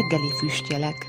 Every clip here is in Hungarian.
reggeli füstjelek.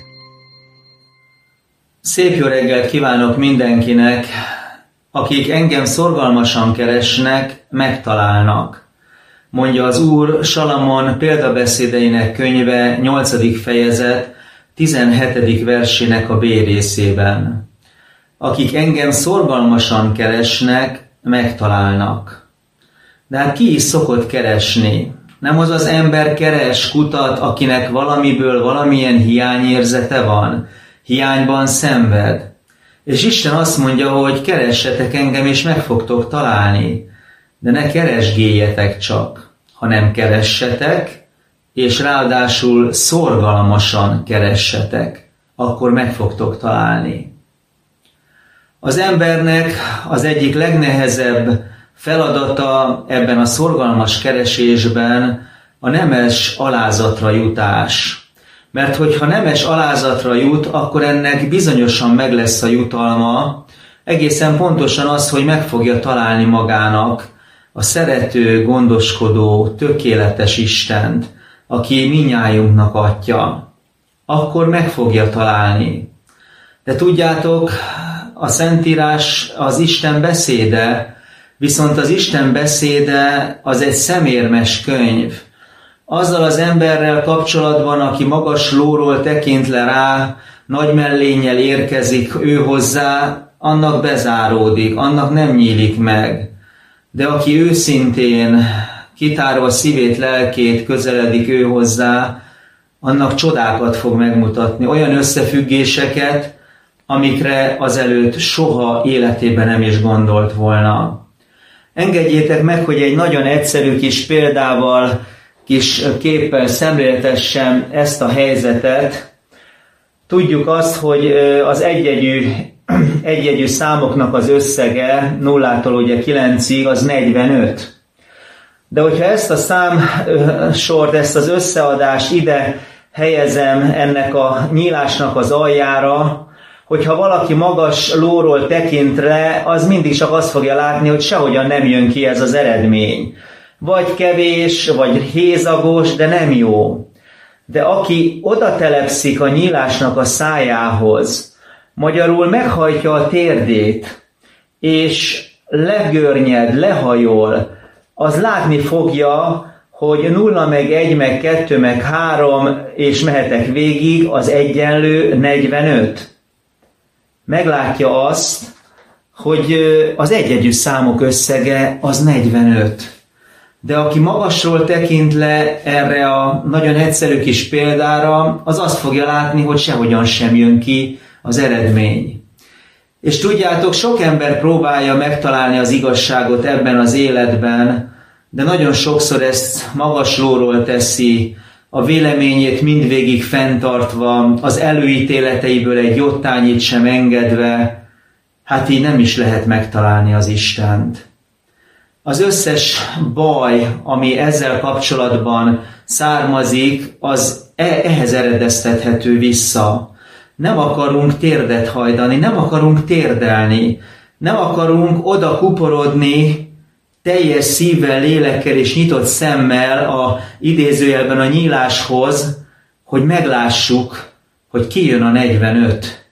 Szép jó reggelt kívánok mindenkinek, akik engem szorgalmasan keresnek, megtalálnak. Mondja az Úr Salamon példabeszédeinek könyve 8. fejezet 17. versének a B részében. Akik engem szorgalmasan keresnek, megtalálnak. De hát ki is szokott keresni? Nem az az ember keres, kutat, akinek valamiből valamilyen hiányérzete van, hiányban szenved. És Isten azt mondja, hogy keressetek engem, és meg fogtok találni. De ne keresgéljetek csak, hanem keressetek, és ráadásul szorgalmasan keressetek, akkor meg fogtok találni. Az embernek az egyik legnehezebb feladata ebben a szorgalmas keresésben a nemes alázatra jutás. Mert hogyha nemes alázatra jut, akkor ennek bizonyosan meg lesz a jutalma, egészen pontosan az, hogy meg fogja találni magának a szerető, gondoskodó, tökéletes Istent, aki mindnyájunknak Atya. Akkor meg fogja találni. De tudjátok, a Szentírás az Isten beszéde, viszont az Isten beszéde az egy szemérmes könyv. Azzal az emberrel kapcsolatban, aki magas lóról tekint le rá, nagy mellénnyel érkezik ő hozzá, annak bezáródik, annak nem nyílik meg. De aki őszintén, kitárva szívét, lelkét közeledik ő hozzá, annak csodákat fog megmutatni, olyan összefüggéseket, amikre azelőtt soha életében nem is gondolt volna. Engedjétek meg, hogy egy nagyon egyszerű kis példával, kis képpel szemléltessem ezt a helyzetet. Tudjuk azt, hogy az egyjegyű számoknak az összege 0-tól ugye 9-ig az 45. De hogyha ezt a számsort, ezt az összeadást ide helyezem ennek a nyílásnak az aljára, hogyha valaki magas lóról tekint le, az mindig csak azt fogja látni, hogy sehogyan nem jön ki ez az eredmény. Vagy kevés, vagy hézagos, de nem jó. De aki oda telepszik a nyílásnak a szájához, magyarul meghajtja a térdét, és legörnyed, lehajol, az látni fogja, hogy 0, meg 1, meg 2, meg 3, és mehetek végig, az egyenlő 45. Meglátja azt, hogy az egyegyű számok összege az 45. De aki magasról tekint le erre a nagyon egyszerű kis példára, az azt fogja látni, hogy sehogyan sem jön ki az eredmény. És tudjátok, sok ember próbálja megtalálni az igazságot ebben az életben, de nagyon sokszor ezt magas lóról teszi, a véleményét mindvégig fenntartva, az előítéleteiből egy jottányit sem engedve, hát így nem is lehet megtalálni az Istent. Az összes baj, ami ezzel kapcsolatban származik, az ehhez eredeztethető vissza. Nem akarunk térdet hajtani, nem akarunk térdelni, nem akarunk oda kuporodni teljes szívvel, lélekkel és nyitott szemmel a idézőjelben a nyíláshoz, hogy meglássuk, hogy kijön a 45.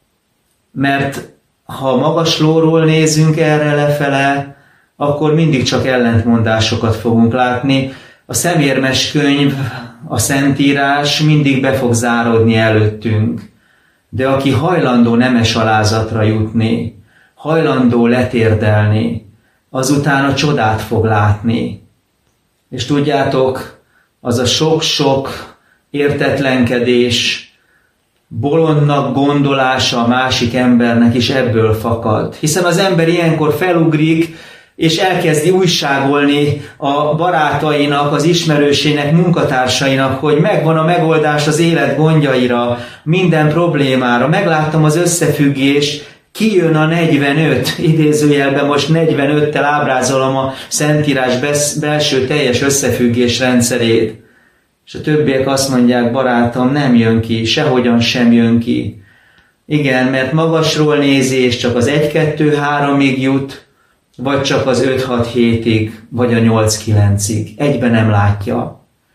Mert ha magas lóról nézünk erre lefele, akkor mindig csak ellentmondásokat fogunk látni. A szemérmes könyv, a Szentírás mindig be fog záródni előttünk. De aki hajlandó nemes alázatra jutni, hajlandó letérdelni, azután a csodát fog látni. És tudjátok, az a sok-sok értetlenkedés, bolondnak gondolása a másik embernek is ebből fakad. Hiszen az ember ilyenkor felugrik, és elkezdi újságolni a barátainak, az ismerősének, munkatársainak, hogy megvan a megoldás az élet gondjaira, minden problémára. Megláttam az összefüggést, kijön a 45, idézőjelben most 45-tel ábrázolom a Szentírás belső teljes összefüggés rendszerét. És a többiek azt mondják, barátom, nem jön ki, sehogyan sem jön ki. Igen, mert magasról nézés csak az 1-2-3-ig jut, vagy csak az 5-6-7-ig, vagy a 8-9-ig. Egyben nem látja.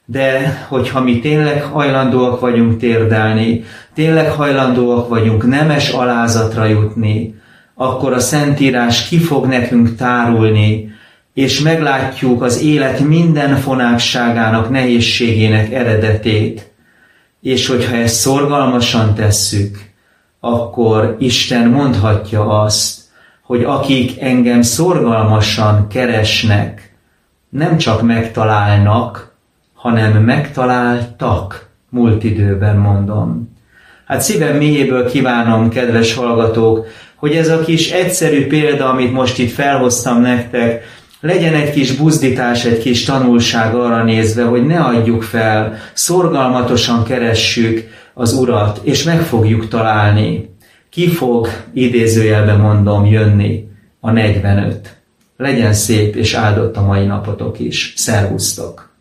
De hogyha mi tényleg hajlandóak vagyunk térdelni, tényleg hajlandóak vagyunk nemes alázatra jutni, akkor a Szentírás ki fog nekünk tárulni, és meglátjuk az élet minden fonákságának, nehézségének eredetét. És hogyha ezt szorgalmasan tesszük, akkor Isten mondhatja azt, hogy akik engem szorgalmasan keresnek, nem csak megtalálnak, hanem megtaláltak, múlt időben mondom. Hát szívem mélyéből kívánom, kedves hallgatók, hogy ez a kis egyszerű példa, amit most itt felhoztam nektek, legyen egy kis buzdítás, egy kis tanulság arra nézve, hogy ne adjuk fel, szorgalmatosan keressük az Urat, és meg fogjuk találni. Ki fog, idézőjelben mondom, jönni a 45. Legyen szép és áldott a mai napotok is. Szervusztok!